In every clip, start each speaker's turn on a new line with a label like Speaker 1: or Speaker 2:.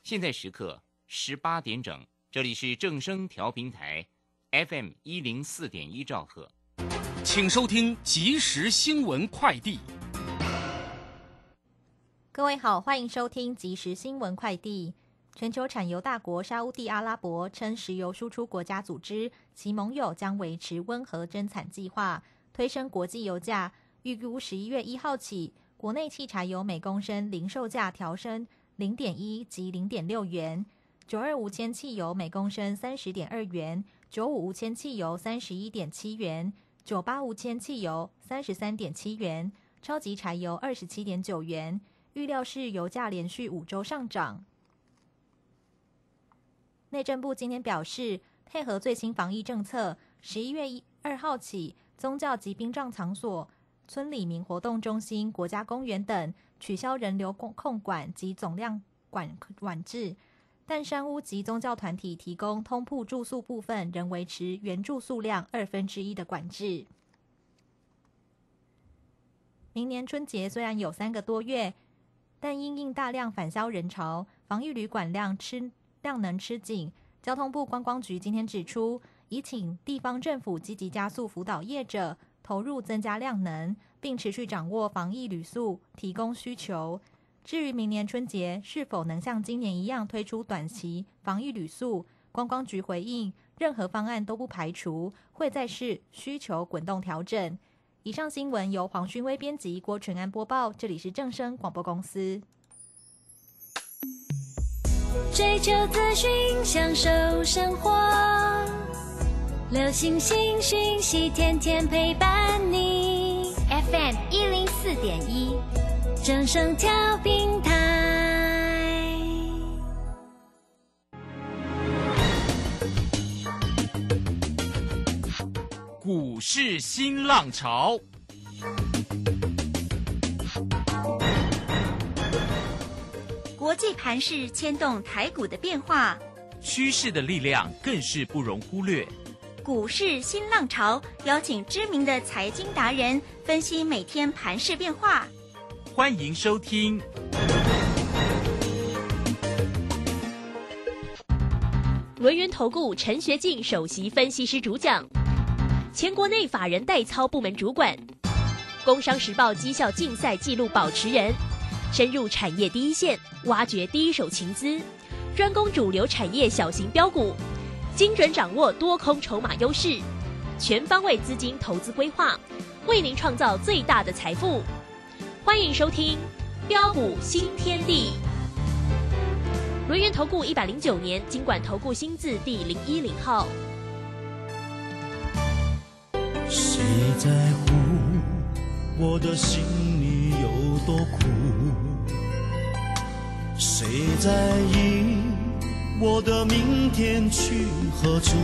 Speaker 1: 现在时刻18点整，这里是正声调频台 FM 104.1兆赫，
Speaker 2: 请收听即时新闻快递。
Speaker 3: 各位好，欢迎收听即时新闻快递。全球产油大国沙烏地阿拉伯称，石油输出国家组织其盟友将维持温和增产计划，推升国际油价。预估11月1号起，国内汽柴油每公升零售价调升 0.1 及 0.6 元，92无铅汽油每公升 30.2 元，95无铅汽油 31.7 元，98无铅汽油 33.7 元，超级柴油 27.9 元。预料是油价连续5周上涨。内政部今天表示，配合最新防疫政策，11月2号起，宗教及殡葬场所、村里民活动中心、国家公园等取消人流控管及总量管制，但山屋及宗教团体提供通铺住宿部分仍维持原住宿量1/2的管制。明年春节虽然有3个多月，但因应大量返乡人潮，防疫旅馆量能吃紧。交通部观光局今天指出，已请地方政府积极加速辅导业者投入增加量能，并持续掌握防疫旅宿提供需求。至于明年春节是否能像今年一样推出短期防疫旅宿，观光局回应，任何方案都不排除，会再视需求滚动调整。以上新闻由黄勋威编辑，郭纯安播报，这里是正声广播公司。
Speaker 4: 追求资讯，享受生活，流行新讯息，天天陪伴你。FM 104.1，正声调频台。
Speaker 2: 股市新浪潮，
Speaker 5: 国际盘势牵动台股的变化，
Speaker 2: 趋势的力量更是不容忽略。
Speaker 5: 股市新浪潮邀请知名的财经达人分析每天盘势变化。
Speaker 2: 欢迎收听
Speaker 6: 轮源投顾陈学进首席分析师主讲，前国内法人代操部门主管，工商时报绩效竞赛纪录保持人，深入产业第一线，挖掘第一手情资，专攻主流产业小型标股，精准掌握多空筹码优势，全方位资金投资规划，为您创造最大的财富。欢迎收听标股新天地。轮源投顾109年金管投顾新字第010号。
Speaker 7: 谁在乎我的心里有多苦？谁在意我的明天去何处？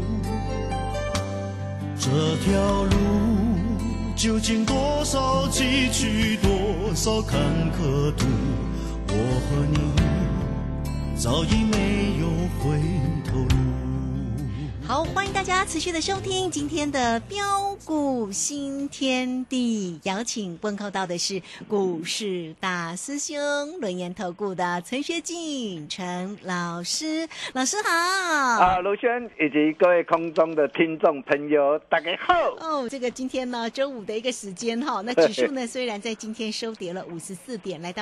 Speaker 7: 这条路究竟多少崎岖，多少坎坷途？我和你早已没有回头路。
Speaker 5: 好，欢迎大家持续的收听今天的标股新天地，邀请问候到的是股市大师兄轮研投顾的陈学进陈老师，老师好。
Speaker 8: 卢轩以及各位空中的听众朋友大家好。
Speaker 5: 这个今天呢周五的一个时间哈，那指数呢虽然在今天收跌了54点，来到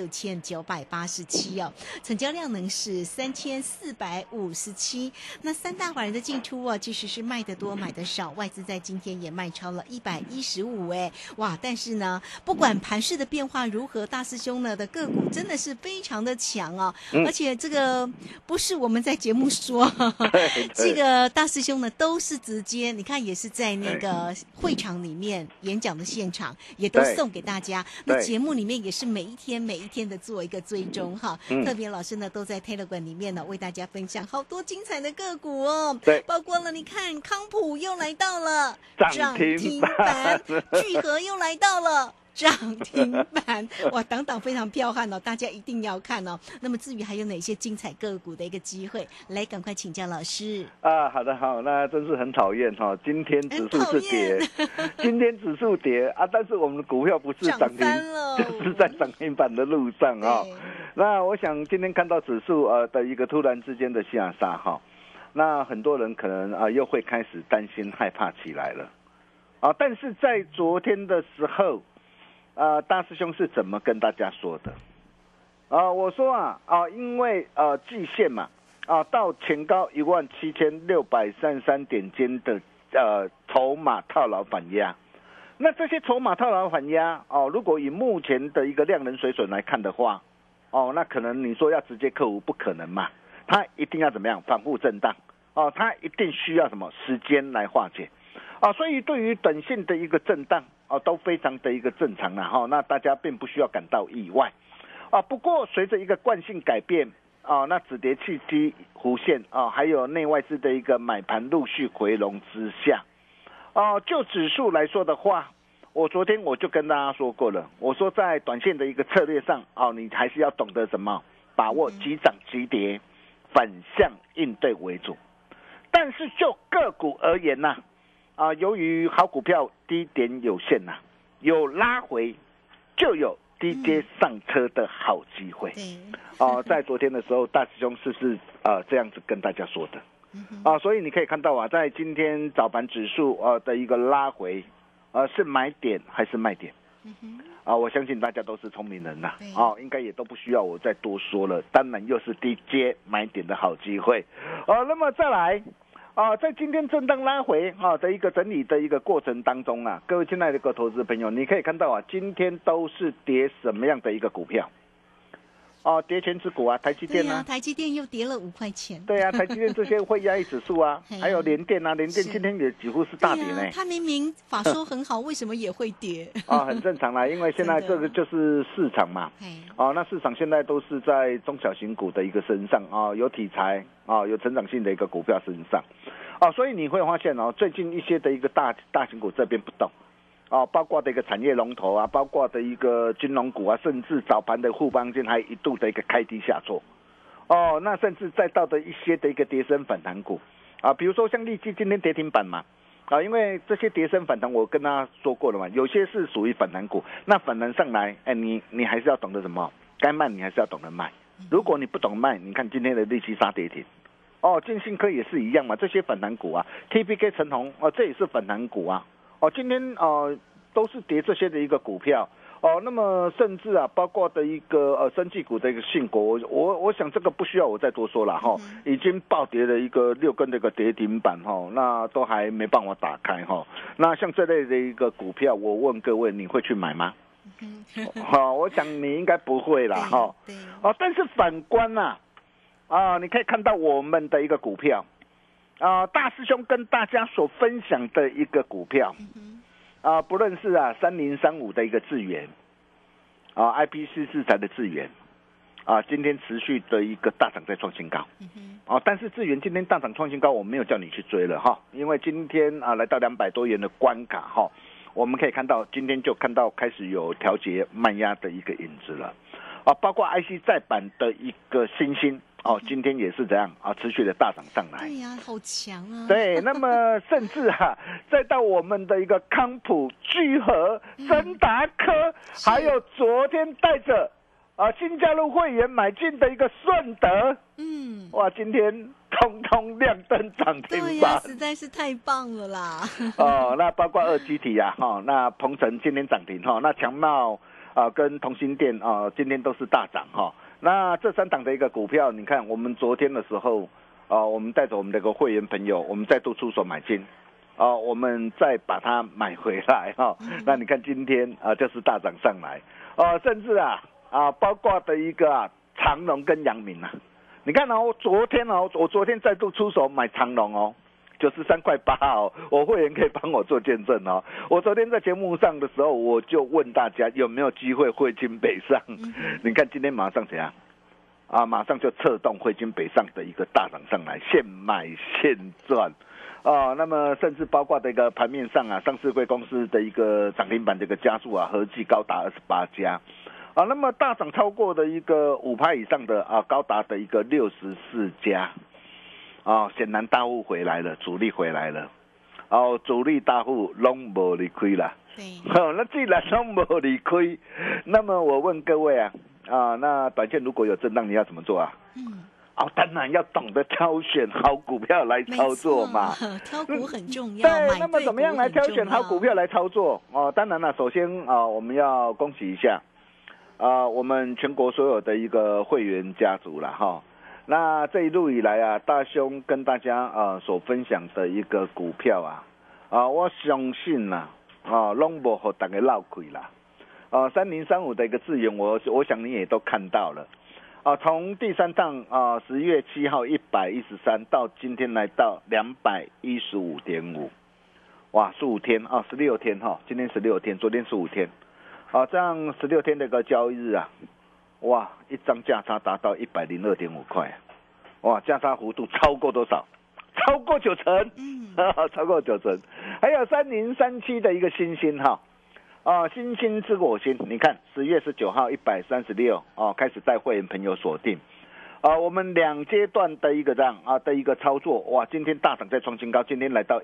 Speaker 5: 16987哦，成交量能是3457，那三大法人的进出啊，其实是卖得多买得少，外资在今天也卖超了115哇！但是呢，不管盘势的变化如何，大师兄呢的个股真的是非常的强哦，而且这个不是我们在节目说，这个大师兄呢都是直接，你看也是在那个会场里面演讲的现场，也都送给大家。那节目里面也是每一天的做一个追踪哈，特别老师呢都在 Telegram 里面呢为大家分享好多精彩的个股哦。对，包括了你看康普又来到了涨停板，聚合又来到了涨停板，哇，档档非常彪悍哦，大家一定要看哦。那么至于还有哪些精彩个股的一个机会，来赶快请教老师
Speaker 8: 啊。好的，好，那真是很讨厌哈，今天指数是跌，今天指数跌啊，但是我们的股票不是涨停，就是在涨停板的路上啊。 那我想今天看到指数的一个突然之间的下杀哈，那很多人可能又会开始担心害怕起来了但是在昨天的时候大师兄是怎么跟大家说的我说因为季线嘛到前高17633点间的筹码套牢反压，那这些筹码套牢反压如果以目前的一个量能水准来看的话那可能你说要直接克服不可能嘛，它一定要怎么样反复震荡它一定需要什么时间来化解所以对于短线的一个震荡都非常的一个正常啦那大家并不需要感到意外不过随着一个惯性改变那止跌契机弧线还有内外资的一个买盘陆续回笼之下就指数来说的话，我昨天我就跟大家说过了，我说在短线的一个策略上你还是要懂得什么把握急涨急跌反向应对为主，但是就个股而言由于好股票低点有限有拉回就有低阶上车的好机会在昨天的时候大师兄是不是这样子跟大家说的所以你可以看到在今天早盘指数的一个拉回是买点还是卖点我相信大家都是聪明人应该也都不需要我再多说了，当然又是低阶买点的好机会那么再来在今天震荡拉回的一个整理的一个过程当中各位亲爱的各位投资朋友，你可以看到今天都是跌什么样的一个股票跌全指股台积电
Speaker 5: 台积电又跌了5块钱。
Speaker 8: 对台积电这些会压抑指数还有联电联电今天也几乎是大跌呢。
Speaker 5: 它明明法说很好，为什么也会跌？
Speaker 8: 很正常啦，因为现在这个就是市场嘛。那市场现在都是在中小型股的一个身上有题材有成长性的一个股票身上所以你会发现最近一些的一个大型股这边不动包括的一个产业龙头包括的一个金融股甚至早盘的富邦金还一度的一个开低下挫那甚至再到的一些的一个跌升反弹股比如说像力基今天跌停板嘛因为这些跌升反弹我跟大家说过了嘛，有些是属于反弹股，那反弹上来你还是要懂得什么，该卖你还是要懂得卖，如果你不懂卖，你看今天的力基杀跌停金信科也是一样嘛，这些反弹股TPK 成鸿这也是反弹股今天都是跌这些的一个股票那么甚至包括的一个生技股的一个信国，我想这个不需要我再多说了已经暴跌了一个6根的一个跌停板那都还没办法打开那像这类的一个股票，我问各位你会去买吗？我想你应该不会啦但是反观你可以看到我们的一个股票大师兄跟大家所分享的一个股票不论是3035的一个智原IP44材的智原今天持续的一个大涨在创新高但是智原今天大涨创新高，我没有叫你去追了因为今天来到200多元的关卡我们可以看到今天就看到开始有调节卖压的一个影子了包括 IC 载板的一个新兴今天也是这样持续的大涨上来。
Speaker 5: 对呀，好强啊！
Speaker 8: 对，那么甚至再到我们的一个康普、聚合、森达科，还有昨天带着新加入会员买进的一个顺德，哇，今天通通亮灯涨停板。
Speaker 5: 对呀，实在是太棒了啦！
Speaker 8: 那包括二基体那鹏程今天涨停那强茂跟同心电今天都是大涨那这3档的一个股票，你看我们昨天的时候我们带着我们的一个会员朋友，我们再度出手买进我们再把它买回来那你看今天就是大涨上来甚至包括的一个长荣跟阳明你看我昨天再度出手买长荣93.8块我会员可以帮我做见证我昨天在节目上的时候，我就问大家有没有机会汇金北上你看今天马上怎样马上就策动汇金北上的一个大涨上来，现买现赚那么甚至包括的一个盘面上上市柜公司的一个涨停板的一个家数合计高达28家那么大涨超过的一个5%以上的高达的一个64家显然大户回来了，主力回来了主力大户都没离开了那既然都没离开，那么我问各位那短线如果有震荡，你要怎么做啊？当然要懂得挑选好股票来操作嘛。
Speaker 5: 挑股很重要。
Speaker 8: 对，那么怎么样来挑选好股票来操作？当然了，首先我们要恭喜一下我们全国所有的一个会员家族了哈。那这一路以来啊，大兄跟大家所分享的一个股票我相信啦拢无给大家落亏啦。3035的一个智原，我想你也都看到了。从第三趟10月7号113到今天来到215.5，哇，15天16天今天16天，昨天15天，这样16天的一个交易日哇，一张价差达到102.5块，哇，价差幅度超过多少？超过9成，超过9成。还有3037的一个星星星星之火星，你看10月19号136开始带会员朋友锁定我们2阶段的一个这样的一个操作，哇，今天大涨再创新高，今天来到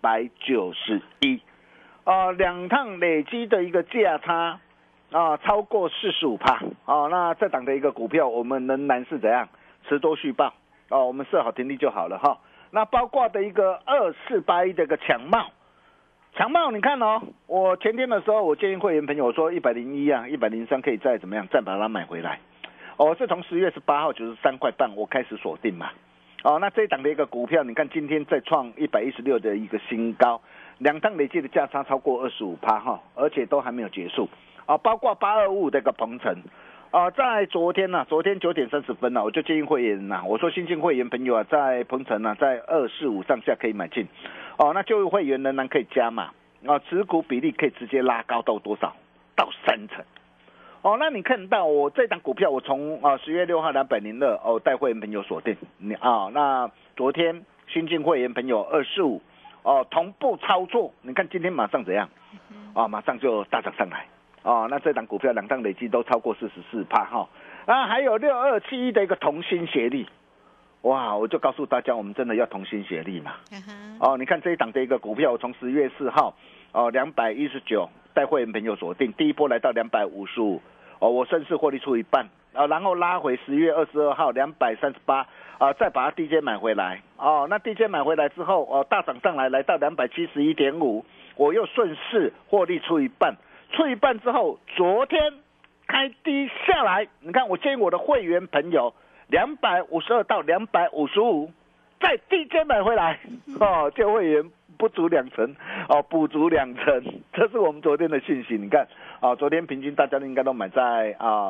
Speaker 8: 191，2趟累积的一个价差超过45%那这档的一个股票我们仍然是怎样持多续报我们设好停利就好了那包括的一个2481的一个强茂，你看我前天的时候，我建议会员朋友说101 103可以再怎么样，再把它买回来。我是从10月18号93块半我开始锁定嘛。那这一档的一个股票，你看今天再创116的一个新高，2趟累计的价差超过25%而且都还没有结束包括825的一个鹏程。在昨天9点30分我就建议会员我说新进会员朋友在鹏程在245上下可以买进那旧会员仍然可以加码持股比例可以直接拉高到多少？到3成那你看到我这档股票，我从10月6号202带会员朋友锁定那昨天新进会员朋友245同步操作，你看今天马上怎样马上就大涨上来那这档股票2趟累计都超过44%还有6271的一个同心协力，哇，我就告诉大家，我们真的要同心协力嘛你看这一档的一个股票，我从10月4号219带会员朋友锁定，第一波来到255我顺势获利出一半然后拉回10月22号238再把它低阶买回来那低阶买回来之后大涨上来到271.5，我又顺势获利出一半之后，昨天开低下来，你看我建议我的会员朋友252到255再低阶买回来就会员不足2成补足2成，这是我们昨天的讯息。你看昨天平均大家应该都买在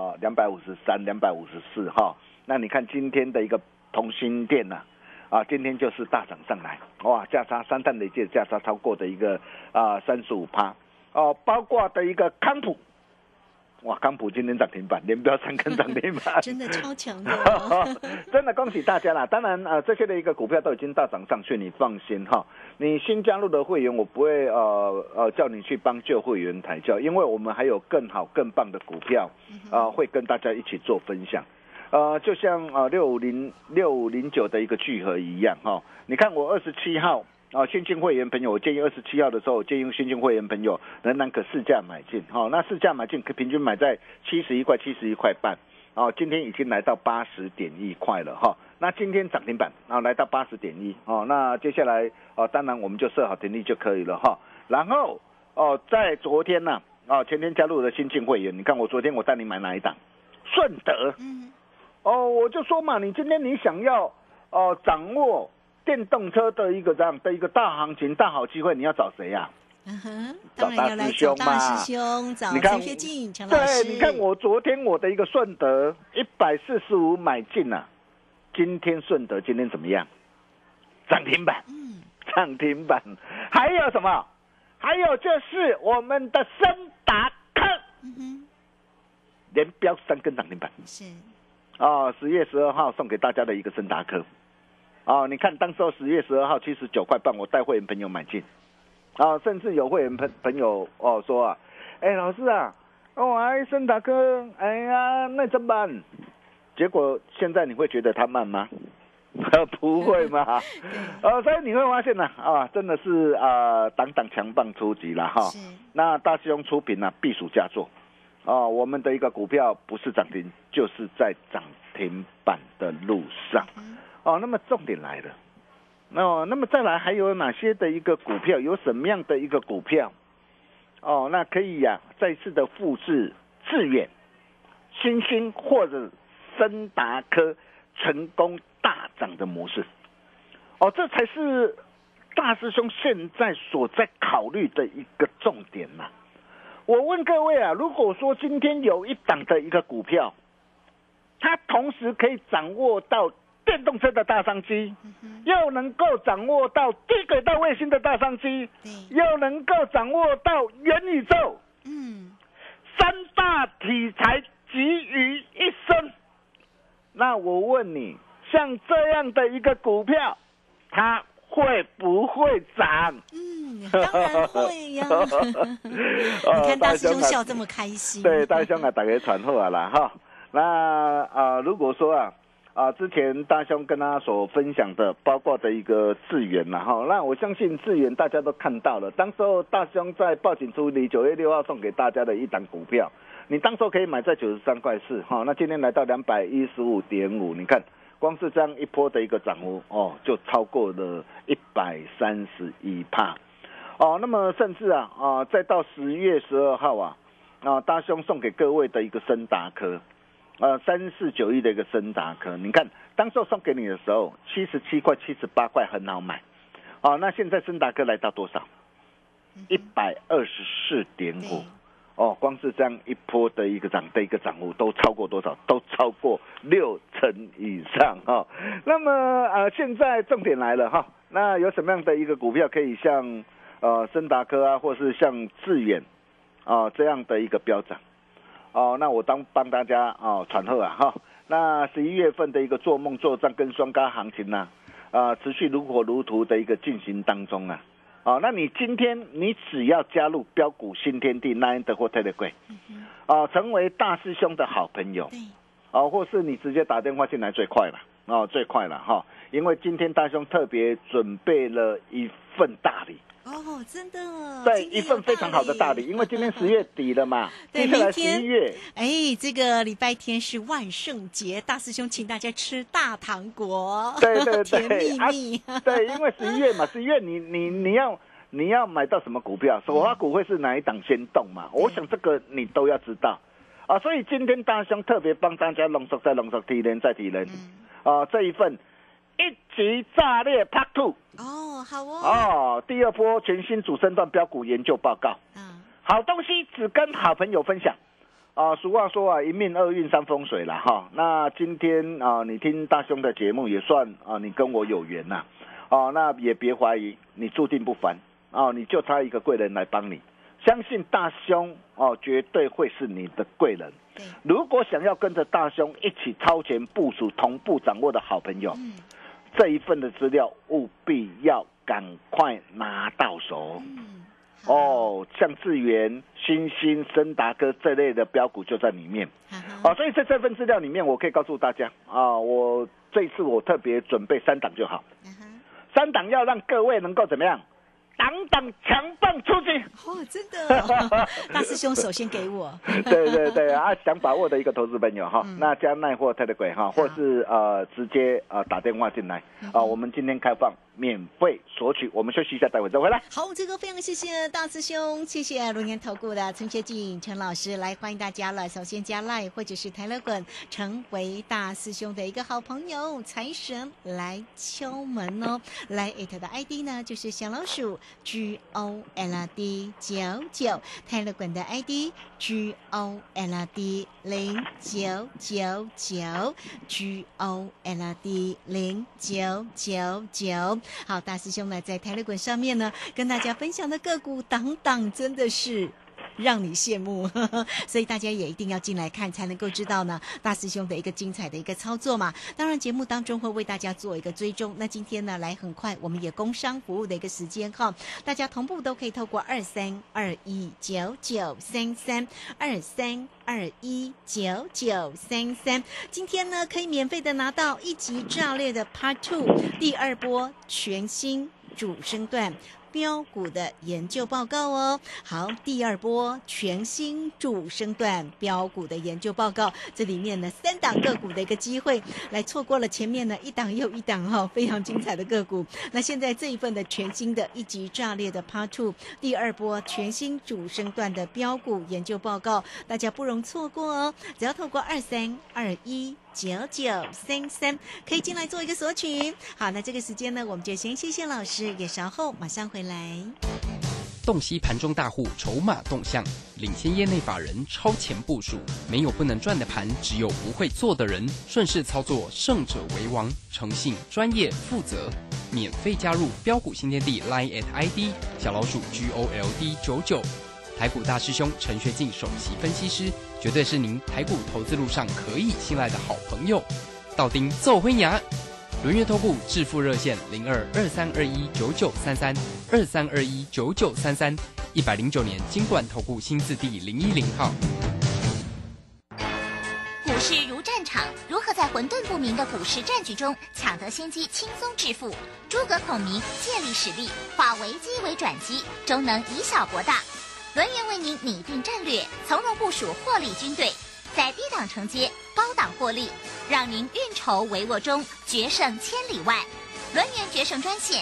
Speaker 8: 253、254那你看今天的一个同心店今天就是大涨上来，哇，价差3趟累计的价差超过的一个35%包括的一个康普，哇，康普今天涨停板，连标3根涨停板，
Speaker 5: 真的超强的
Speaker 8: 真的恭喜大家啦！当然这些的一个股票都已经大涨上去，你放心你新加入的会员，我不会叫你去帮旧会员抬轿，因为我们还有更好更棒的股票会跟大家一起做分享。就像6509的一个聚合一样你看我27号新进会员朋友，我建议27号的时候，我建议新进会员朋友仍然可市价买进那市价买进可平均买在71块、71块半今天已经来到80.1块了那今天涨停板来到80.1那接下来当然我们就设好停利就可以了然后在昨天前天加入的新进会员，你看我昨天我带你买哪一档？顺德我就说嘛，你今天你想要掌握电动车的一个这样的一个大行情、大好机会，你要找谁呀？
Speaker 5: 当然要来找大师兄，找陈学进陈老师。
Speaker 8: 对，你看我昨天我的一个顺德145买进今天顺德今天怎么样？涨停板，涨停板。还有什么？还有就是我们的森达克，连标3根涨停板。
Speaker 5: 是
Speaker 8: 10月12号送给大家的一个森达克。你看当时候10月12号79块半，我带会员朋友买进甚至有会员朋友说老师森达克那怎么办？结果现在你会觉得它慢吗？不会嘛所以你会发现真的是档档强棒出击了那大师兄出品避暑佳作我们的一个股票不是涨停，就是在涨停板的路上。那么重点来了，那么再来还有哪些的一个股票？有什么样的一个股票？那可以再次的复制智远、新兴或者森达科成功大涨的模式。这才是大师兄现在所在考虑的一个重点嘛。我问各位如果说今天有一档的一个股票，它同时可以掌握到电动车的大商机，又能够掌握到低轨道卫星的大商机，又能够掌握到元宇宙，三大题材集于一身。那我问你，像这样的一个股票，它会不会涨？
Speaker 5: 当然会呀！你看大师兄笑这么开心。
Speaker 8: 对，大兄大家传好啦哈。那如果说之前大兄跟他所分享的，包括的一个智原那我相信智原大家都看到了。当时候大兄在报警处理9月6号送给大家的一档股票，你当时候可以买在93.4块那今天来到215.5，你看光是这样一波的一个涨幅就超过了131%。那么甚至再到10月12号大兄送给各位的一个森达科。3491的一个森达科，你看当时候送给你的时候77块78块很好买，那现在森达科来到多少？124.5，光是这样一波的一个涨幅都超过多少？都超过60%以上那么现在重点来了那有什么样的一个股票可以像森达科或是像智远这样的一个飙涨？那我帮大家传后那11月份的一个做梦作战跟双高行情持续如火如荼的一个进行当中那你今天你只要加入标股新天地 LINE 或 Telegram 成为大师兄的好朋友或是你直接打电话进来最快了最快了因为今天大师兄特别准备了一份大礼。
Speaker 5: 真的，
Speaker 8: 对，一份非常好的大礼，因为今天10月底了嘛，
Speaker 5: 对，
Speaker 8: 接下来11月，
Speaker 5: 这个礼拜天是万圣节，大师兄请大家吃大糖果，
Speaker 8: 对对对，
Speaker 5: 甜蜜蜜，
Speaker 8: 对，因为11月嘛，11月你要买到什么股票，首发股会是哪一档先动嘛？我想这个你都要知道所以今天大师兄特别帮大家浓缩再浓缩，提炼再提炼这一份一级炸裂 Part 2。
Speaker 5: 好
Speaker 8: 第二波全新主升段标股研究报告。好东西只跟好朋友分享。俗话说一命二运三风水啦那今天你听大兄的节目也算你跟我有缘呐。那也别怀疑，你注定不凡你就差一个贵人来帮你。相信大兄绝对会是你的贵人。如果想要跟着大兄一起超前部署、同步掌握的好朋友。这一份的资料务必要赶快拿到手像智原、新兴、森达科这类的标股就在里面所以在这份资料里面，我可以告诉大家我这一次我特别准备3档就好，3档要让各位能够怎么样？档档强棒出击
Speaker 5: 真的大师兄首先给我
Speaker 8: 对对对想把握的一个投资朋友那加奈或Telegram或是直接打电话进来我们今天开放免费索取，我们休息一下，待会再回来。
Speaker 5: 好，这个非常谢谢大师兄，谢谢龙岩投顾的陈学进陈老师来欢迎大家了。首先加 LINE 或者是Telegram成为大师兄的一个好朋友，财神来敲门来@的 ID 呢就是小老鼠GOLD 99 Telegram 的 ID GOLD 0999 GOLD 0999。好，大师兄呢在Telegram上面呢跟大家分享的个股档档真的是让你羡慕所以大家也一定要进来看，才能够知道呢大师兄的一个精彩的一个操作嘛。当然节目当中会为大家做一个追踪，那今天呢来很快我们也工商服务的一个时间大家同步都可以透过23219933 23219933，今天呢可以免费的拿到一级炸裂的 Part 2第二波全新主升段标股的研究报告哦。好，第二波全新主升段标股的研究报告，这里面呢3档个股的一个机会，来错过了前面呢一档又一档非常精彩的个股。那现在这一份的全新的一级炸裂的 Part 2第二波全新主升段的标股研究报告，大家不容错过哦。只要透过23219933可以进来做一个索取。好，那这个时间呢，我们就先谢谢老师，也稍后马上回来。
Speaker 2: 洞悉盘中大户筹码动向，领先业内法人超前部署，没有不能赚的盘，只有不会做的人。顺势操作，胜者为王。诚信、专业、负责，免费加入标股新天地 Line ID 小老鼠 GOLD99。台股大师兄陈学进首席分析师，绝对是您台股投资路上可以信赖的好朋友。道丁奏辉牙，轮源投顾致富热线0223219933，23219933，109年金管投顾新字第010号。
Speaker 9: 股市如战场，如何在混沌不明的股市战局中抢得先机，轻松致富？诸葛孔明借力使力，化危机为转机，终能以小博大。轮源为您拟定战略，从容部署获利军队，在低档承接，高档获利，让您运筹帷幄中决胜千里外。轮源决胜专线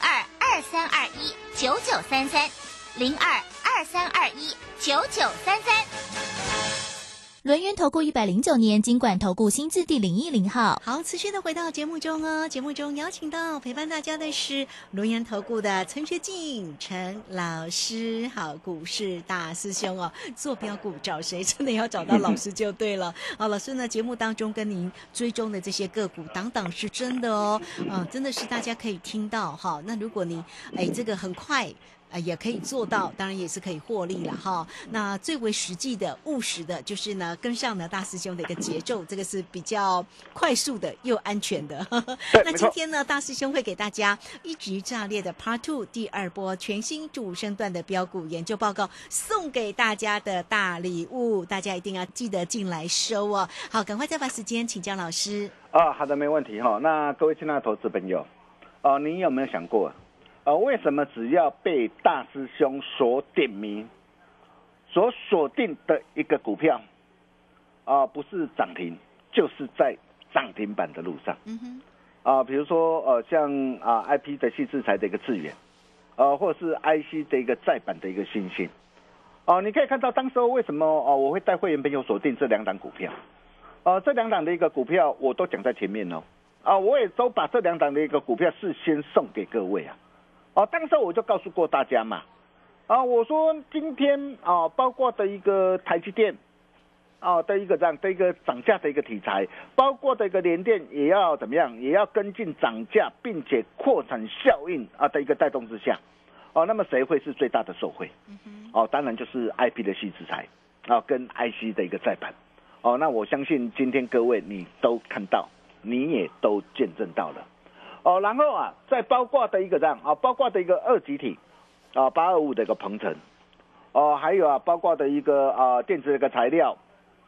Speaker 9: 0223219933，0223219933。
Speaker 4: 轮源投顾109年金管投顾新字第010号。
Speaker 5: 好，持续的回到节目中哦。节目中邀请到陪伴大家的是轮源投顾的陈学进陈老师。好，股市大师兄哦，做标股找谁？真的要找到老师就对了。好，老师呢，节目当中跟您追踪的这些个股，档档是真的哦。真的是大家可以听到哈。那如果你这个很快。也可以做到，当然也是可以获利了哈。那最为实际的、务实的，就是呢跟上呢大师兄的一个节奏，这个是比较快速的又安全的。那今天呢，大师兄会给大家一级炸裂的 Part 2第二波全新主升段的标股研究报告，送给大家的大礼物，大家一定要记得进来收哦。好，赶快再把时间请教老师。
Speaker 8: 好的，没问题哈。那各位亲爱的投资朋友，你有没有想过？为什么只要被大师兄所点名、所锁定的一个股票，不是涨停，就是在涨停板的路上。比如说像IP 的矽智财的一个智原，或者是 IC 的一个载板的一个新兴。你可以看到当时候为什么我会带会员朋友锁定这2档股票。这2档的一个股票我都讲在前面哦。我也都把这2档的一个股票事先送给各位啊。当时我就告诉过大家嘛，我说今天包括的一个台积电，的一个这样的一个涨价的一个题材，包括的一个联电也要怎么样，也要跟进涨价，并且扩产效应的一个带动之下，那么谁会是最大的受惠？当然就是 IP 的矽智财跟 IC 的一个载板。那我相信今天各位你都看到，你也都见证到了。然后再包括的一个这样包括的一个二极体825的一个鹏程，还有包括的一个电子的一个材料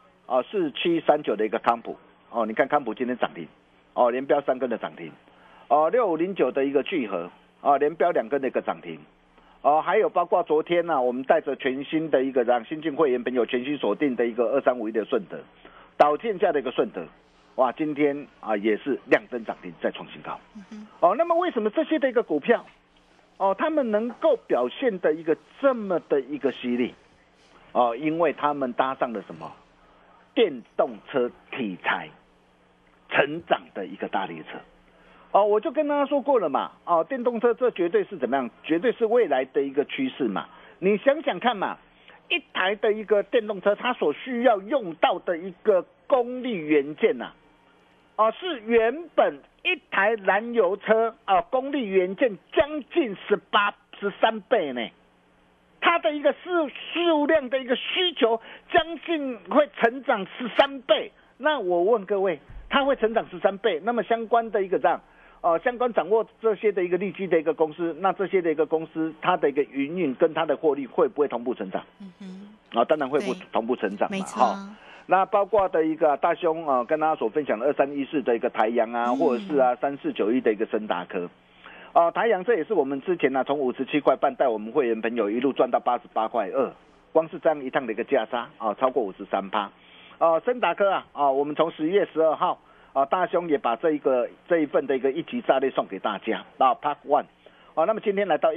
Speaker 8: 4739的一个康普，你看康普今天涨停，连标3根的涨停，6509的一个聚合连标2根的一个涨停，还有包括昨天我们带着全新的一个让新进会员朋友全新锁定的一个2351的顺德，导电价的一个顺德。哇，今天也是亮灯涨停，再创新高。那么为什么这些的一个股票，他们能够表现的一个这么的一个犀利？因为他们搭上了什么？电动车题材成长的一个大列车。我就跟大家说过了嘛，电动车这绝对是怎么样？绝对是未来的一个趋势嘛。你想想看嘛，一台的一个电动车，它所需要用到的一个功率元件是原本一台燃油车功率元件将近13倍呢，它的一个数量的一个需求将近会成长13倍。那我问各位，它会成长13倍，那么相关的一个这样相关掌握这些的一个利基的一个公司，那这些的一个公司它的一个营运跟它的获利会不会同步成长？当然会不同步成长嘛。没错。那包括的一个大兄跟大家所分享的2314的一个台阳或者是3491的一个森达科， 台阳这也是我们之前从57块半带我们会员朋友一路赚到88块2，光是这样一趟的一个价差超过53%。森达科我们从11月12号大兄也把这一份的一级炸裂送给大家Park One。那么今天来到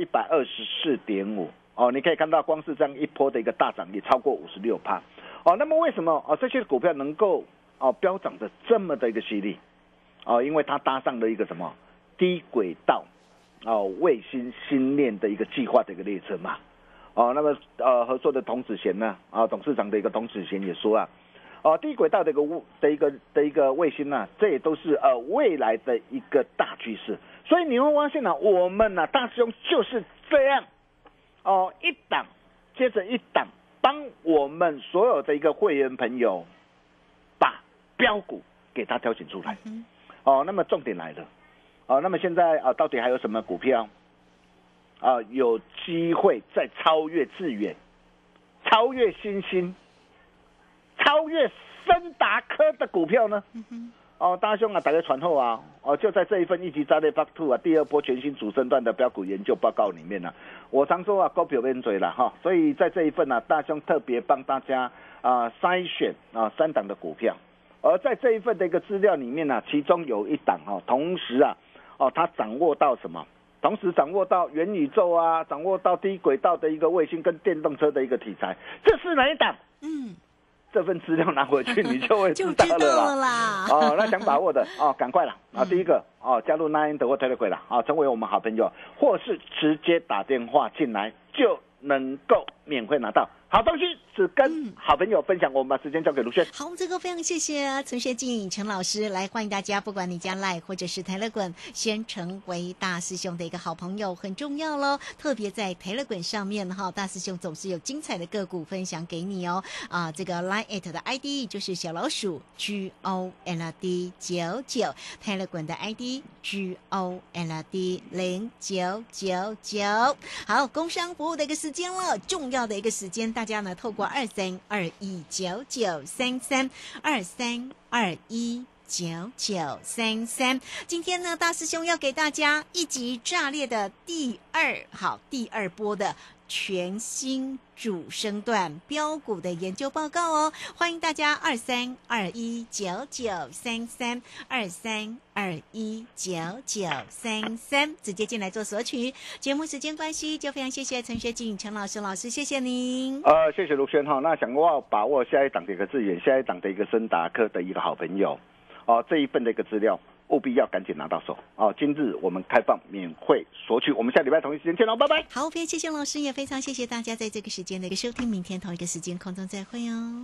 Speaker 8: 124.5。你可以看到光是这样一波的一个大涨也超过56%。那么为什么这些股票能够飙涨的这么的一个犀利？因为它搭上了一个什么低轨道卫星星链的一个计划的一个列车嘛。那么合作的童子贤呢董事长的一个童子贤也说低轨道的一个卫星这也都是未来的一个大趋势。所以你会发现我们大师兄就是这样一档接着一档，帮我们所有的一个会员朋友把标股给他挑选出来。那么重点来了那么现在到底还有什么股票有机会再超越智原、超越新兴、超越森达科的股票呢？大兄大家传后就在这一份一级炸裂 Part 2第二波全新主升段的标股研究报告里面我常说股票变嘴了所以在这一份大兄特别帮大家筛选3档的股票，而在这一份的一个资料里面其中有一档同时他掌握到什么？同时掌握到元宇宙掌握到低轨道的一个卫星跟电动车的一个题材，这是哪一档？这份资料拿回去你就会知道了啦。那想把握的赶快了第一个加入 9 的或 Telegram 了成为我们好朋友，或是直接打电话进来就能够免费拿到好东西，只跟好朋友分享。我们把时间交给卢轩。
Speaker 5: 好，这个非常谢谢陈学进陈老师，来欢迎大家，不管你加 LINE 或者是 Telegram， 先成为大师兄的一个好朋友很重要咯。特别在 Telegram 上面大师兄总是有精彩的个股分享给你这个 LINE@ 的 ID 就是小老鼠 GOLD99， Telegram 的 ID GOLD 0999。好，工商服务的一个时间了，重要的一个时间，大家呢透过23219933 23219933，今天呢大师兄要给大家一级炸裂的第二波的全新主升段标股的研究报告欢迎大家23219933 23219933直接进来做索取。节目时间关系，就非常谢谢陈学进陈老师，谢谢您。
Speaker 8: 谢谢卢轩那想要把握下一档的一个智原，下一档的一个森达科的一个好朋友这一份的一个资料务必要赶紧拿到手今日我们开放免费索取，我们下礼拜同一时间见喽，拜拜。
Speaker 5: 好，非常谢谢老师，也非常谢谢大家在这个时间的一个收听，明天同一个时间空中再会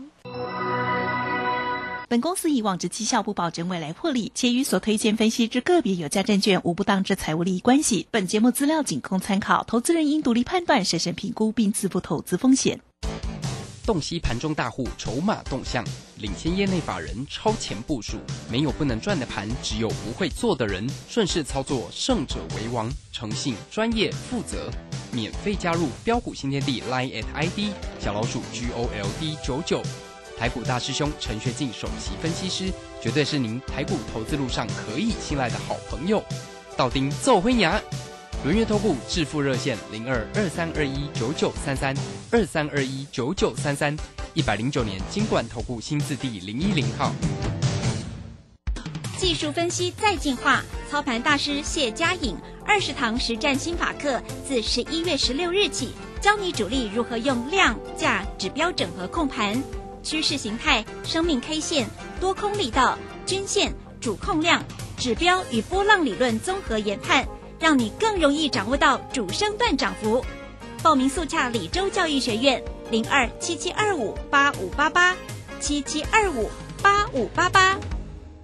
Speaker 10: 本公司以往之绩效不保证未来获利，且与所推荐分析之个别有价证券无不当之财务利益关系。本节目资料仅供参考，投资人应独立判断、审慎评估并自负投资风险。
Speaker 2: 洞悉盘中大户筹码动向，领先业内法人超前部署，没有不能赚的盘，只有不会做的人。顺势操作，胜者为王。诚信、专业、负责，免费加入标股新天地 LINE@ ID 小老鼠 GOLD99。台股大师兄陈学进首席分析师，绝对是您台股投资路上可以信赖的好朋友。道丁奏辉牙。轮月投顾致富热线0223219933 23219933 109年金管投顾新字第010号。
Speaker 11: 技术分析再进化，操盘大师谢佳颖20堂实战心法课自11月16日起，教你主力如何用量价指标整合控盘，趋势形态、生命 K 线、多空力道、均线、主控量、指标与波浪理论综合研判，让你更容易掌握到主升段涨幅。报名速洽李州教育学院0277258588 77258588。